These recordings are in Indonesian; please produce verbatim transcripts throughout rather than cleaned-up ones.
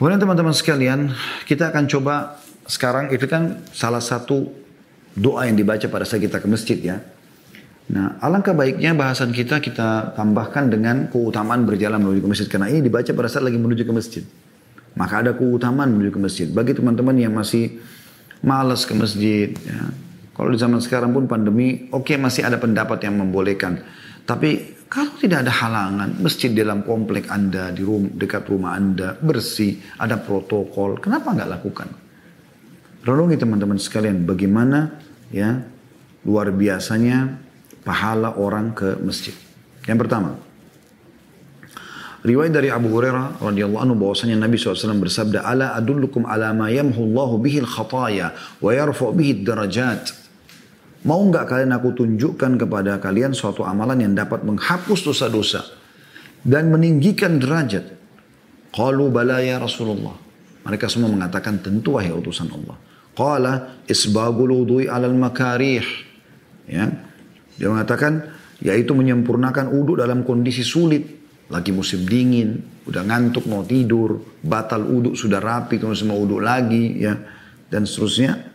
Kemudian teman-teman sekalian, kita akan coba sekarang, itu kan salah satu doa yang dibaca pada saat kita ke masjid ya. Nah, alangkah baiknya bahasan kita kita tambahkan dengan keutamaan berjalan menuju ke masjid. Karena ini dibaca pada saat lagi menuju ke masjid. Maka ada keutamaan menuju ke masjid. Bagi teman-teman yang masih malas ke masjid. Ya. Kalau di zaman sekarang pun pandemi, oke okay, masih ada pendapat yang membolehkan. Tapi kalau tidak ada halangan, masjid dalam komplek Anda, di rum, dekat rumah Anda, bersih, ada protokol, kenapa nggak lakukan? Renungi teman-teman sekalian, bagaimana ya luar biasanya pahala orang ke masjid. Yang pertama, riwayat dari Abu Hurairah radhiyallahu anhu bahwasanya Nabi shallallahu alaihi wasallam bersabda, "Ala adullukum ala ma yamhu Allahu bihi al-khataya wa yarfa' bihi ad-darajat." Mau enggak kalian aku tunjukkan kepada kalian suatu amalan yang dapat menghapus dosa-dosa dan meninggikan derajat? Qalu bala ya Rasulullah. Mereka semua mengatakan tentu wahai utusan Allah. Qala isbagul wudu'i 'alal makarih. Ya. Dia mengatakan yaitu menyempurnakan wudu dalam kondisi sulit, lagi musim dingin, udah ngantuk mau tidur, batal wudu sudah rapi terus mau wudu lagi ya dan seterusnya.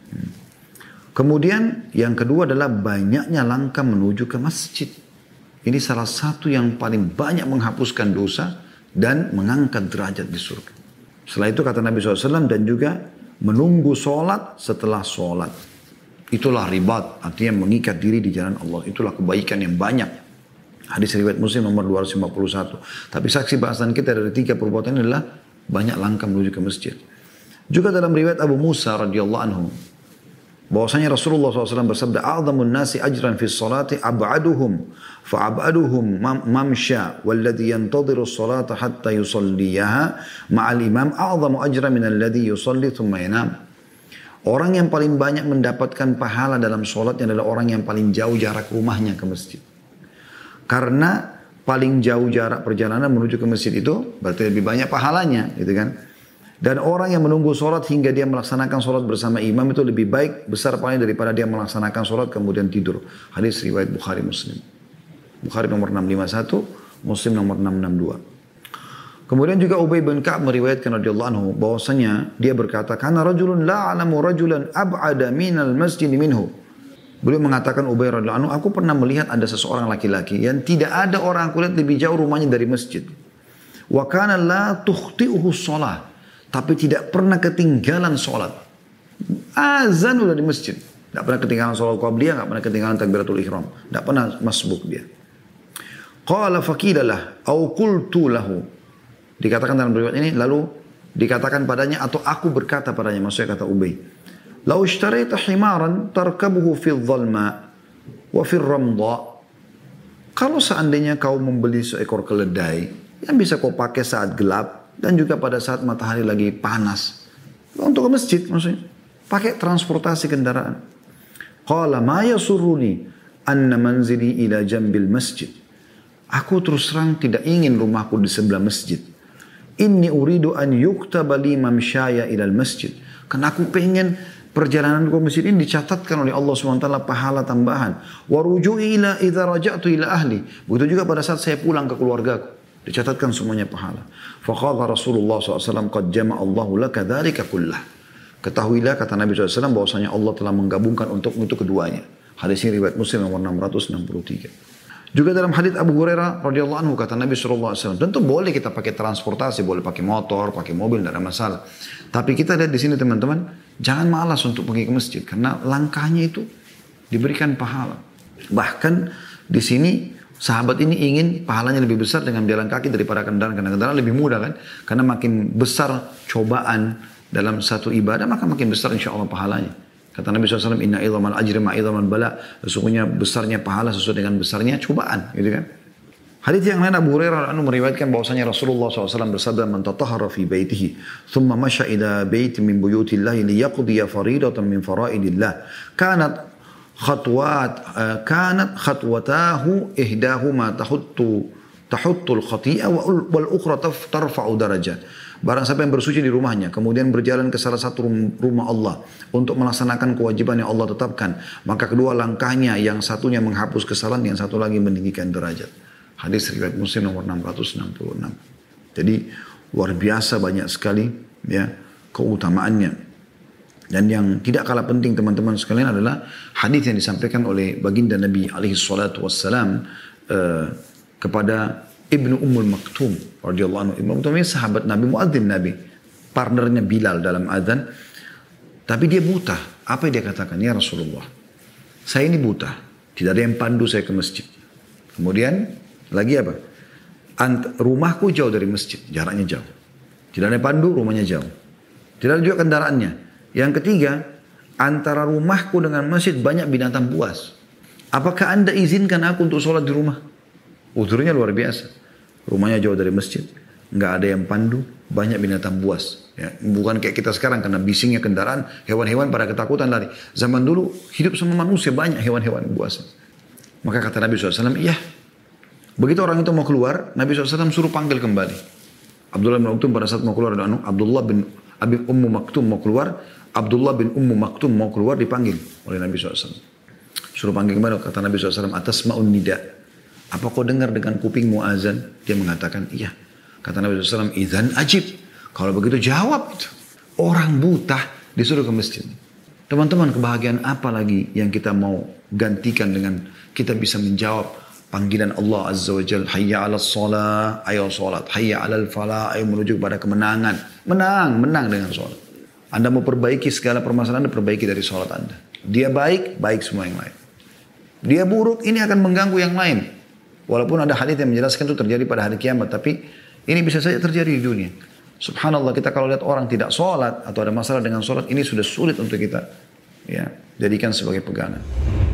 Kemudian yang kedua adalah banyaknya langkah menuju ke masjid. Ini salah satu yang paling banyak menghapuskan dosa dan mengangkat derajat di surga. Setelah itu kata Nabi shallallahu alaihi wasallam dan juga menunggu sholat setelah sholat. Itulah ribat, artinya mengikat diri di jalan Allah. Itulah kebaikan yang banyak. Hadis riwayat Muslim nomor dua ratus lima puluh satu. Tapi saksi bahasan kita dari tiga perbuatan ini adalah banyak langkah menuju ke masjid. Juga dalam riwayat Abu Musa radhiyallahu anhu, bahwasanya Rasulullah shallallahu alaihi wasallam bersabda, "A'dhamun nasi ajran fi sholati ab'aduhum, fa'ab'aduhum mamsha, walladhi yantadhiru sholata hatta yusalliyaha ma'al imam a'dhamu ajran min alladhi yusalli thumma yanam." Orang yang paling banyak mendapatkan pahala dalam sholatnya adalah orang yang paling jauh jarak rumahnya ke masjid. Karena paling jauh jarak perjalanan menuju ke masjid itu berarti lebih banyak pahalanya, gitu kan? Dan orang yang menunggu sholat hingga dia melaksanakan sholat bersama imam itu lebih baik, besar pahalanya daripada dia melaksanakan sholat kemudian tidur. Hadis riwayat Bukhari Muslim. Bukhari nomor enam lima satu, Muslim nomor enam enam dua. Kemudian juga Ubay bin Ka'ab meriwayatkan radhiyallahu anhu bahwasanya dia berkata, "Kana rajulun la a'lamu rajulan ab'ada minal masjid minhu." Beliau mengatakan Ubay radhiyallahu anhu, "Aku pernah melihat ada seseorang laki-laki yang tidak ada orang aku lihat lebih jauh rumahnya dari masjid. Wa kana la tukhti'uhu shalah." Tapi tidak pernah ketinggalan sholat. Azan udah di masjid. Tidak pernah ketinggalan sholat qabliyah, tidak pernah ketinggalan takbiratul ihram. Tidak pernah masbuk dia. Qala faqilalah, au qultu lahu. Dikatakan dalam riwayat ini, lalu dikatakan padanya, atau aku berkata padanya, maksudnya kata Ubay. Lau ishtarayta himaran tarkabuhu fil dhalma wa fil ramda. Kalau seandainya kau membeli seekor keledai, yang bisa kau pakai saat gelap, dan juga pada saat matahari lagi panas. Untuk ke masjid maksudnya. Pakai transportasi kendaraan. Qala ma yasurruni anna manzili ila jambil masjid. Aku terus terang tidak ingin rumahku di sebelah masjid. Inni uridu an yuktaba li mamsyaya ilal masjid. Karena aku pengen perjalanan ke masjid ini dicatatkan oleh Allah subhanahu wa taala pahala tambahan. Wa ruju'i ila idza raja'tu ila ahli. Begitu juga pada saat saya pulang ke keluargaku. Dicatatkan semuanya pahala. Faqala Rasulullah shallallahu alaihi wasallam, "Qad jama'a Allahu laka dzalika kullah." Ketahuilah kata Nabi shallallahu alaihi wasallam bahwasanya Allah telah menggabungkan untuk itu keduanya. Hadis ini riwayat Muslim nomor enam ratus enam puluh tiga. Juga dalam hadis Abu Hurairah radhiyallahu anhu kata Nabi shallallahu alaihi wasallam, tentu boleh kita pakai transportasi, boleh pakai motor, pakai mobil, tidak ada masalah. Tapi kita lihat di sini teman-teman, jangan malas untuk pergi ke masjid karena langkahnya itu diberikan pahala. Bahkan di sini sahabat ini ingin pahalanya lebih besar dengan jalan kaki daripada kendaraan. Karena kendaraan lebih mudah kan. Karena makin besar cobaan dalam satu ibadah, maka makin besar insya Allah pahalanya. Kata Nabi shallallahu alaihi wasallam, "Inna idhamal ajri ma'idhamal bala." Sesungguhnya besarnya pahala sesuai dengan besarnya cobaan. Gitu kan. Hadis yang lain Abu Hurairah anu meriwayatkan bahwasanya Rasulullah shallallahu alaihi wasallam bersabda, "Man tatahhara fi baitihi, thumma masya ila baiti min buyutillahi liyaqdiya faridatan min faraidillah. Kanat khatwat uh, kanat khatwatahu ihdahuma tahuttu tahuttul khati'ah wal ukhra tarfa'u darajat." Barang siapa yang bersuci di rumahnya kemudian berjalan ke salah satu rumah Allah untuk melaksanakan kewajiban yang Allah tetapkan, maka kedua langkahnya yang satunya menghapus kesalahan, yang satu lagi meninggikan derajat. Hadis riwayat Muslim nomor enam ratus enam puluh enam. Jadi luar biasa banyak sekali ya keutamaannya. Dan yang tidak kalah penting teman-teman sekalian adalah hadis yang disampaikan oleh baginda Nabi alaihi salatu wassalam uh, kepada Ibnu Ummul Maktum radhiyallahu anhu. Ibnu Maktum ini sahabat Nabi, muadzin Nabi, partnernya Bilal dalam azan. Tapi dia buta. Apa yang dia katakan? Ya Rasulullah, saya ini buta, tidak ada yang pandu saya ke masjid. Kemudian lagi apa? Ant rumahku jauh dari masjid, jaraknya jauh. Tidak ada yang pandu, rumahnya jauh. Tidak ada juga kendaraannya. Yang ketiga, antara rumahku dengan masjid banyak binatang buas. Apakah anda izinkan aku untuk sholat di rumah? Uzurnya luar biasa. Rumahnya jauh dari masjid, nggak ada yang pandu, banyak binatang buas. Ya, bukan kayak kita sekarang karena bisingnya kendaraan, hewan-hewan pada ketakutan lari. Zaman dulu hidup sama manusia banyak hewan-hewan buas. Maka kata Nabi shallallahu alaihi wasallam, iya. Begitu orang itu mau keluar, Nabi shallallahu alaihi wasallam suruh panggil kembali. Abdullah bin Maktum pada saat mau keluar, Abdullah bin Abi Ummu Maktum mau keluar, Abdullah bin Ummu Maktum mau keluar dipanggil oleh Nabi shallallahu alaihi wasallam. Suruh panggil kembali, kata Nabi shallallahu alaihi wasallam, atas ma'un nida. Apa kau dengar dengan kupingmu azan? Dia mengatakan, iya. Kata Nabi shallallahu alaihi wasallam, idzan ajib. Kalau begitu jawab. Orang buta disuruh ke masjid. Teman-teman, kebahagiaan apa lagi yang kita mau gantikan dengan kita bisa menjawab panggilan Allah Azza wa Jal, hayya ala sholat, ayo sholat, hayya ala falah, ayo menuju kepada kemenangan. Menang, menang dengan sholat. Anda mau perbaiki segala permasalahan Anda, perbaiki dari sholat Anda. Dia baik, baik semua yang lain. Dia buruk, ini akan mengganggu yang lain. Walaupun ada hadits yang menjelaskan itu terjadi pada hari kiamat, tapi ini bisa saja terjadi di dunia. Subhanallah, kita kalau lihat orang tidak sholat atau ada masalah dengan sholat, ini sudah sulit untuk kita ya jadikan sebagai pegangan.